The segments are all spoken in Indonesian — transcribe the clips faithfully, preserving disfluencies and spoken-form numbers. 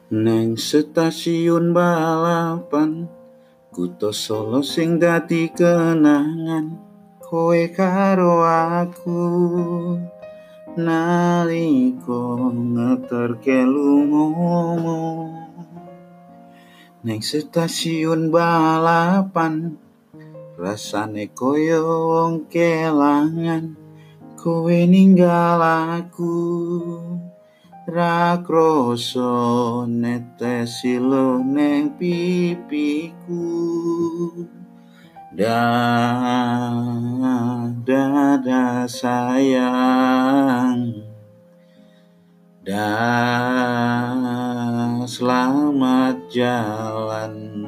Neng stasiun balapan Kuto Solo sing dadi kenangan kowe karo aku nalika ngeterke lungamu. Neng stasiun balapan rasane koyo wong kelangan kowe ninggal aku. Ra krasa netes silo neng pipiku. Dadah sayang, dah selamat jalan.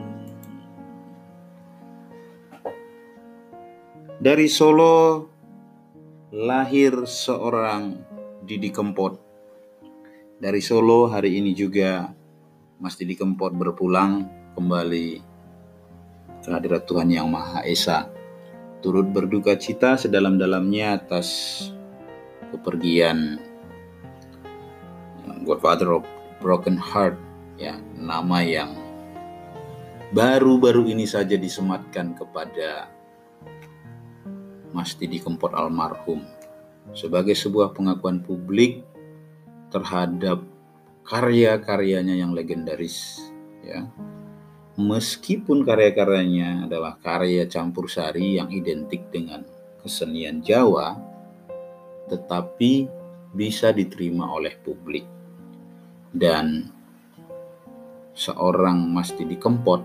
Dari Solo lahir seorang Didi Kempot. Dari Solo hari ini juga Mas Didi Kempot berpulang kembali ke hadirat Tuhan Yang Maha Esa. Turut berduka cita sedalam-dalamnya atas kepergian Godfather of Broken Heart, ya, nama yang baru-baru ini saja disematkan kepada Mas Didi Kempot almarhum sebagai sebuah pengakuan publik terhadap karya-karyanya yang legendaris, ya. Meskipun karya-karyanya adalah karya campur sari yang identik dengan kesenian Jawa, tetapi bisa diterima oleh publik. Dan seorang Mas Didi Kempot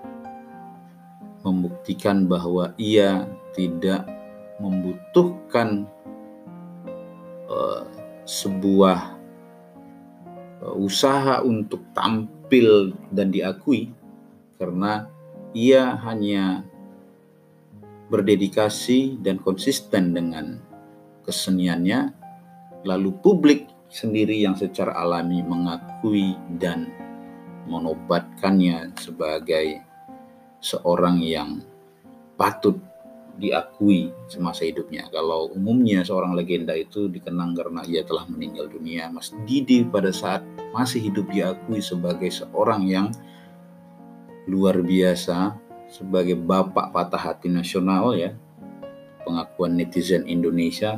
membuktikan bahwa ia tidak membutuhkan uh, sebuah usaha untuk tampil dan diakui, karena ia hanya berdedikasi dan konsisten dengan keseniannya, lalu publik sendiri yang secara alami mengakui dan menobatkannya sebagai seorang yang patut diakui semasa hidupnya. Kalau umumnya seorang legenda itu dikenang karena ia telah meninggal dunia, Mas Didi pada saat masih hidup diakui sebagai seorang yang luar biasa, sebagai bapak patah hati nasional, ya, pengakuan netizen Indonesia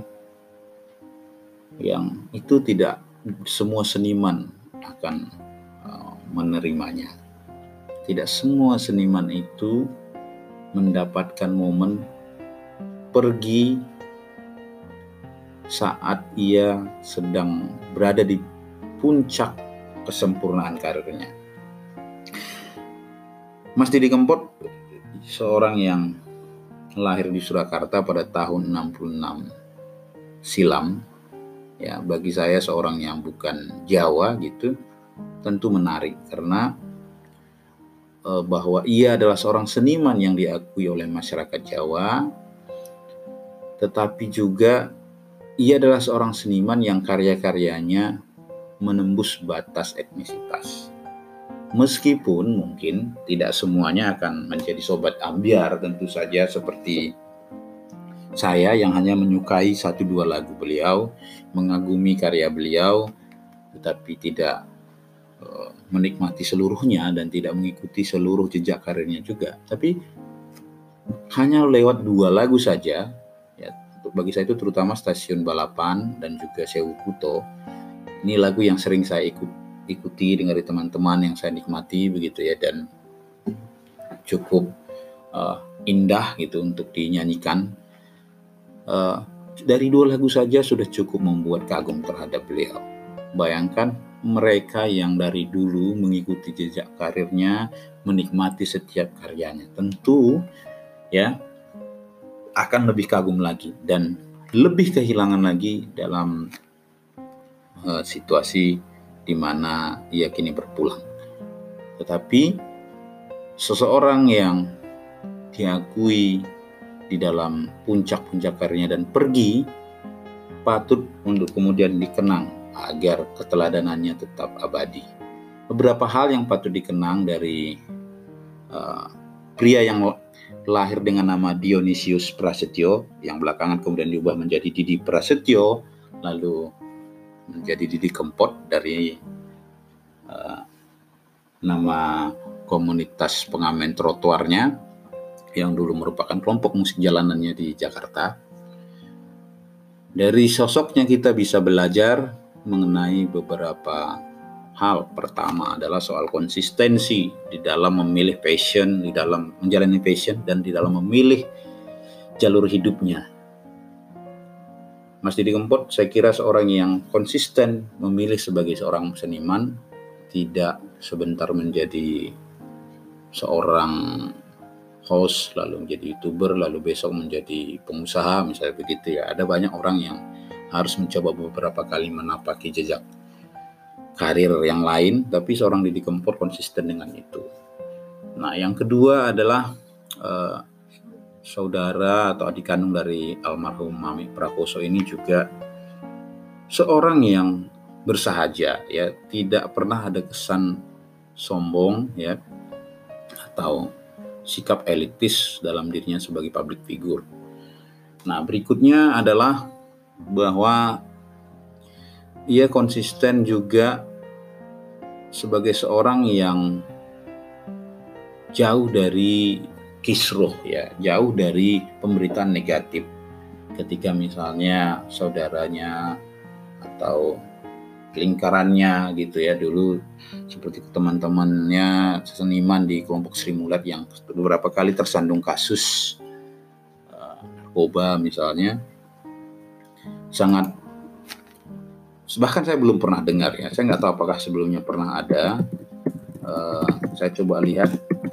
yang itu tidak semua seniman akan uh, menerimanya. Tidak semua seniman itu mendapatkan momen pergi saat ia sedang berada di puncak kesempurnaan karirnya. Mas Didi Kempot seorang yang lahir di Surakarta pada tahun enam puluh enam silam, ya, bagi saya seorang yang bukan Jawa gitu tentu menarik karena eh, bahwa ia adalah seorang seniman yang diakui oleh masyarakat Jawa, tetapi juga ia adalah seorang seniman yang karya-karyanya menembus batas etnisitas. Meskipun mungkin tidak semuanya akan menjadi sobat ambyar, tentu saja seperti saya yang hanya menyukai satu dua lagu beliau, mengagumi karya beliau, tetapi tidak uh, menikmati seluruhnya dan tidak mengikuti seluruh jejak karirnya juga. Tapi hanya lewat dua lagu saja, ya, bagi saya itu terutama Stasiun Balapan dan juga Sewu Kuto. Ini lagu yang sering saya ikut, ikuti dengan teman-teman yang saya nikmati begitu, ya, dan cukup uh, indah gitu untuk dinyanyikan. Uh, dari dua lagu saja sudah cukup membuat kagum terhadap beliau. Bayangkan mereka yang dari dulu mengikuti jejak karirnya, menikmati setiap karyanya, tentu, ya, akan lebih kagum lagi dan lebih kehilangan lagi dalam uh, situasi di mana ia kini berpulang. Tetapi seseorang yang diakui di dalam puncak-puncak karirnya dan pergi patut untuk kemudian dikenang agar keteladanannya tetap abadi. Beberapa hal yang patut dikenang dari uh, pria yang lahir dengan nama Dionysius Prasetyo, yang belakangan kemudian diubah menjadi Didi Prasetyo, lalu menjadi Didi Kempot dari uh, nama komunitas pengamen trotoarnya yang dulu merupakan kelompok musik jalanannya di Jakarta. Dari sosoknya kita bisa belajar mengenai beberapa hal. Pertama adalah soal konsistensi di dalam memilih passion, di dalam menjalani passion, dan di dalam memilih jalur hidupnya. Mas Didi Kempot saya kira seorang yang konsisten memilih sebagai seorang seniman, tidak sebentar menjadi seorang host, lalu menjadi YouTuber, lalu besok menjadi pengusaha, misalnya begitu ya. Ada banyak orang yang harus mencoba beberapa kali menapaki jejak karir yang lain, tapi seorang Didi Kempot konsisten dengan itu. Nah, yang kedua adalah uh, saudara atau adik kandung dari almarhum Mami Prakoso ini juga seorang yang bersahaja, ya, tidak pernah ada kesan sombong, ya, atau sikap elitis dalam dirinya sebagai public figure. Nah, berikutnya adalah bahwa ia konsisten juga sebagai seorang yang jauh dari kisruh, ya, jauh dari pemberitaan negatif. Ketika misalnya saudaranya atau lingkarannya gitu ya, dulu seperti teman-temannya seniman di kelompok Sri Mulat yang beberapa kali tersandung kasus uh, narkoba misalnya, sangat, bahkan saya belum pernah dengar ya, saya nggak tahu apakah sebelumnya pernah ada. Uh, saya coba lihat,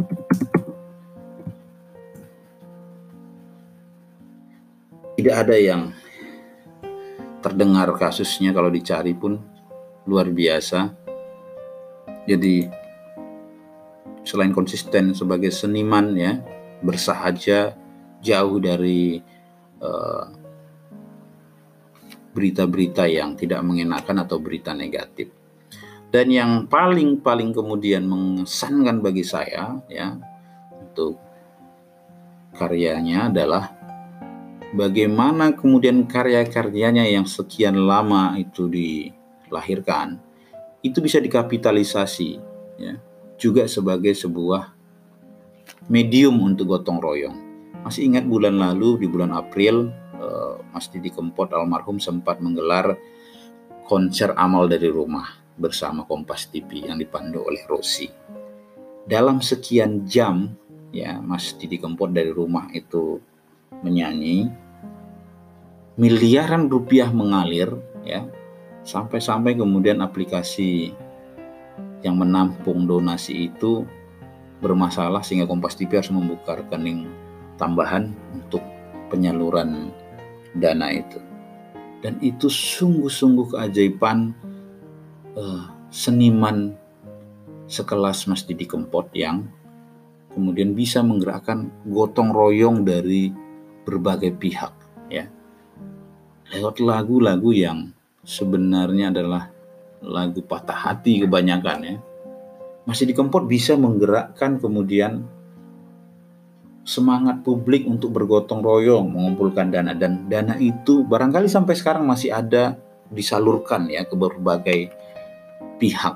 tidak ada yang terdengar kasusnya, kalau dicari pun luar biasa. Jadi selain konsisten sebagai seniman, ya, bersahaja, jauh dari uh, berita-berita yang tidak mengenakan atau berita negatif. Dan yang paling-paling kemudian mengesankan bagi saya, ya, untuk karyanya adalah bagaimana kemudian karya-karyanya yang sekian lama itu dilahirkan itu bisa dikapitalisasi, ya, juga sebagai sebuah medium untuk gotong royong. Masih ingat bulan lalu, di bulan April, eh, Mas Didi Kempot almarhum sempat menggelar konser amal dari rumah bersama Kompas T V yang dipandu oleh Rosi. Dalam sekian jam, ya, Mas Didi Kempot dari rumah itu menyanyi, miliaran rupiah mengalir, ya, sampai-sampai kemudian aplikasi yang menampung donasi itu bermasalah sehingga Kompas T V harus membuka rekening tambahan untuk penyaluran dana itu. Dan itu sungguh-sungguh keajaiban uh, seniman sekelas Mas Didi Kempot yang kemudian bisa menggerakkan gotong royong dari berbagai pihak, ya, lewat lagu-lagu yang sebenarnya adalah lagu patah hati kebanyakan, ya. Mas Didi Kempot bisa menggerakkan kemudian semangat publik untuk bergotong royong mengumpulkan dana, dan dana itu barangkali sampai sekarang masih ada disalurkan, ya, ke berbagai pihak.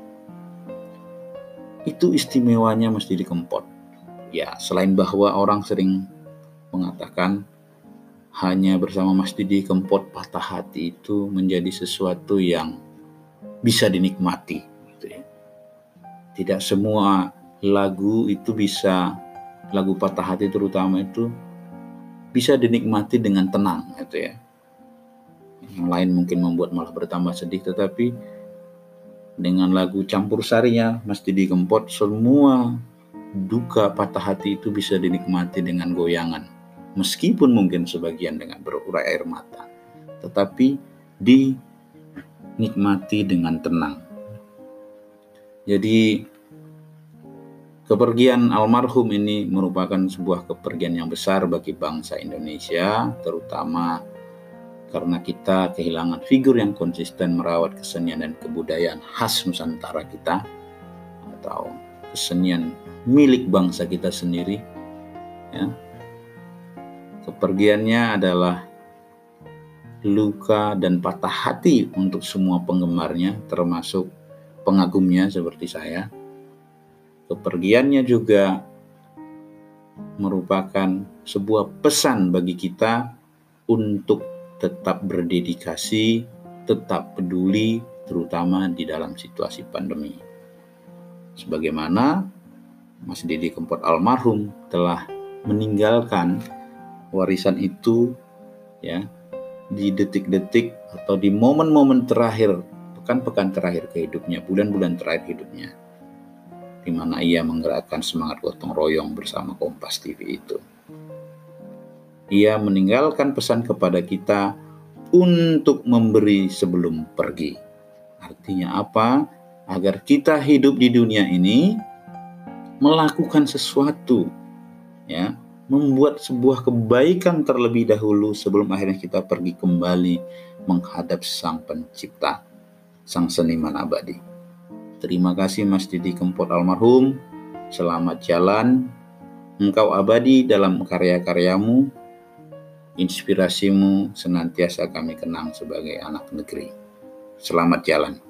Itu istimewanya Mas Didi Kempot. Ya, selain bahwa orang sering mengatakan hanya bersama Mas Didi Kempot patah hati itu menjadi sesuatu yang bisa dinikmati, gitu ya. Tidak semua lagu itu bisa, lagu patah hati terutama itu bisa dinikmati dengan tenang, gitu ya. Yang lain mungkin membuat malah bertambah sedih, tetapi dengan lagu campur sarinya Mas Didi Kempot, semua duka patah hati itu bisa dinikmati dengan goyangan. Meskipun mungkin sebagian dengan berurai air mata, tetapi dinikmati dengan tenang. Jadi kepergian almarhum ini merupakan sebuah kepergian yang besar bagi bangsa Indonesia, terutama karena kita kehilangan figur yang konsisten merawat kesenian dan kebudayaan khas Nusantara kita, atau kesenian milik bangsa kita sendiri, ya. Kepergiannya adalah luka dan patah hati untuk semua penggemarnya, termasuk pengagumnya seperti saya. Kepergiannya juga merupakan sebuah pesan bagi kita untuk tetap berdedikasi, tetap peduli, terutama di dalam situasi pandemi. Sebagaimana Mas Didi Kempot almarhum telah meninggalkan warisan itu ya di detik-detik atau di momen-momen terakhir, pekan-pekan terakhir kehidupnya, bulan-bulan terakhir hidupnya, di mana ia menggerakkan semangat gotong royong bersama Kompas T V itu. Ia meninggalkan pesan kepada kita untuk memberi sebelum pergi. Artinya apa? Agar kita hidup di dunia ini melakukan sesuatu, ya, membuat sebuah kebaikan terlebih dahulu sebelum akhirnya kita pergi kembali menghadap Sang Pencipta, Sang Seniman abadi. Terima kasih Mas Didi Kempot almarhum. Selamat jalan. Engkau abadi dalam karya-karyamu. Inspirasimu senantiasa kami kenang sebagai anak negeri. Selamat jalan.